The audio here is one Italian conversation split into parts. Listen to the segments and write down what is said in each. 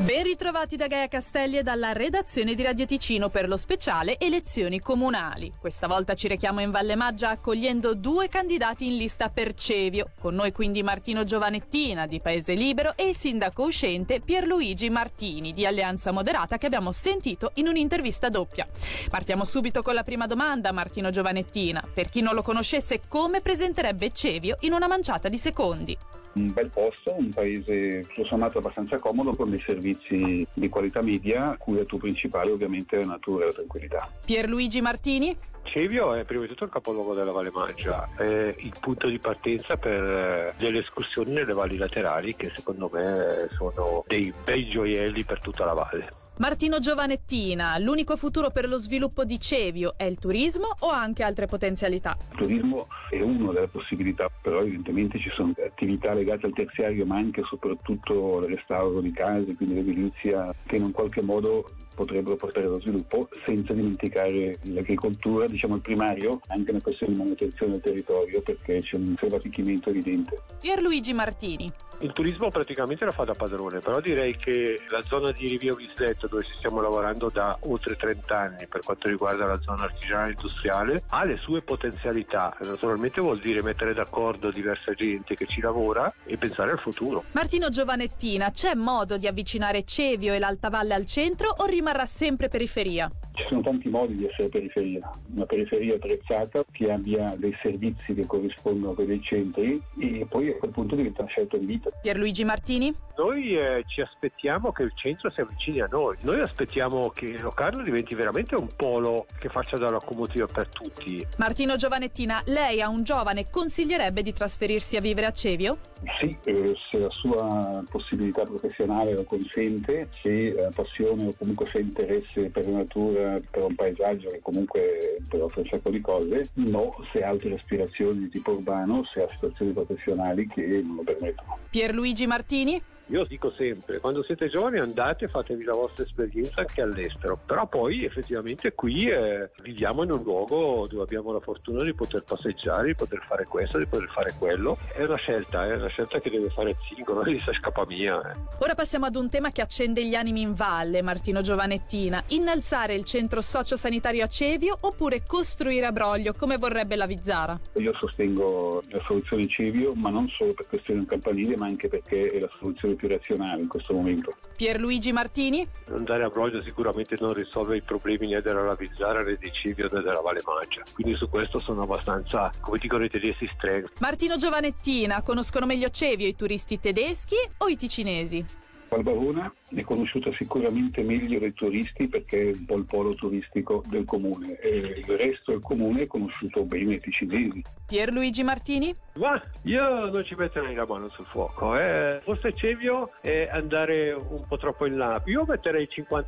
Ben ritrovati da Gaia Castelli e dalla redazione di Radio Ticino per lo speciale Elezioni Comunali. Questa volta ci rechiamo in Valle Maggia accogliendo 2 candidati in lista per Cevio. Con noi quindi Martino Giovanettina di Paese Libero e il sindaco uscente Pierluigi Martini di Alleanza Moderata, che abbiamo sentito in un'intervista doppia. Partiamo subito con la prima domanda, Martino Giovanettina. Per chi non lo conoscesse, come presenterebbe Cevio in una manciata di secondi? Un bel posto, un paese tutto sommato abbastanza comodo, con dei servizi di qualità media, cui atto principale ovviamente è la natura e la tranquillità. Pierluigi Martini? Cevio è prima di tutto il capoluogo della Valle Maggia, è il punto di partenza per delle escursioni nelle valli laterali che secondo me sono dei bei gioielli per tutta la valle. Martino Giovanettina, l'unico futuro per lo sviluppo di Cevio è il turismo o anche altre potenzialità? Il turismo è una delle possibilità, però evidentemente ci sono attività legate al terziario, ma anche e soprattutto al restauro di case, quindi l'edilizia, che in un qualche modo potrebbero portare allo sviluppo, senza dimenticare l'agricoltura, diciamo il primario, anche una questione di manutenzione del territorio, perché c'è un arricchimento evidente. Pierluigi Martini. Il turismo praticamente la fa da padrone, però direi che la zona di Rivio Visletto, dove ci stiamo lavorando da oltre 30 anni per quanto riguarda la zona artigianale industriale, ha le sue potenzialità. Naturalmente vuol dire mettere d'accordo diversa gente che ci lavora e pensare al futuro. Martino Giovanettina, c'è modo di avvicinare Cevio e l'Alta Valle al centro o rimarrà sempre periferia? Ci sono tanti modi di essere periferia, una periferia attrezzata che abbia dei servizi che corrispondono a quelli dei centri e poi a quel punto diventa una scelta di vita. Pierluigi Martini? Noi ci aspettiamo che il centro si avvicini a noi, noi aspettiamo che Locarno diventi veramente un polo che faccia da locomotiva per tutti. Martino Giovanettina, lei a un giovane consiglierebbe di trasferirsi a vivere a Cevio? Sì, se la sua possibilità professionale lo consente, se ha passione o comunque se ha interesse per la natura, per un paesaggio che comunque offre un sacco di cose, no, se ha altre aspirazioni di tipo urbano, se ha situazioni professionali che non lo permettono. Pierluigi Martini? Io dico sempre, quando siete giovani andate e fatevi la vostra esperienza anche all'estero, però poi effettivamente qui viviamo in un luogo dove abbiamo la fortuna di poter passeggiare, di poter fare questo, di poter fare quello. È una scelta che deve fare il singolo, non si scappa mia. Ora passiamo ad un tema che accende gli animi in valle, Martino Giovanettina. Innalzare il centro sociosanitario a Cevio oppure costruire a Broglio, come vorrebbe la Vizzara? Io sostengo la soluzione Cevio, ma non solo per questioni campanili, ma anche perché è la soluzione più razionale in questo momento. Pierluigi Martini? Andare a Broglio sicuramente non risolve i problemi né della Vizzara né di Cevio né della Valle Maggia, quindi su questo sono abbastanza, come dicono i tedeschi, streng. Martino Giovanettina, conoscono meglio Cevio i turisti tedeschi o i ticinesi? Valbarona è conosciuta sicuramente meglio dai turisti perché è un po' il polo turistico del comune e il resto del comune è conosciuto bene dai ticinesi. Pierluigi Martini? Ma io non ci metterei la mano sul fuoco, forse Cevio è andare un po' troppo in là, io metterei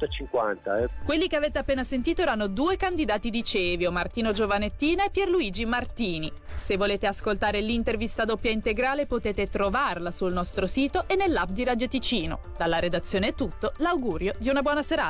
50-50. Quelli che avete appena sentito erano 2 candidati di Cevio, Martino Giovanettina e Pierluigi Martini. Se volete ascoltare l'intervista doppia integrale potete trovarla sul nostro sito e nell'app di Radio Ticino. Dalla redazione è tutto, l'augurio di una buona serata.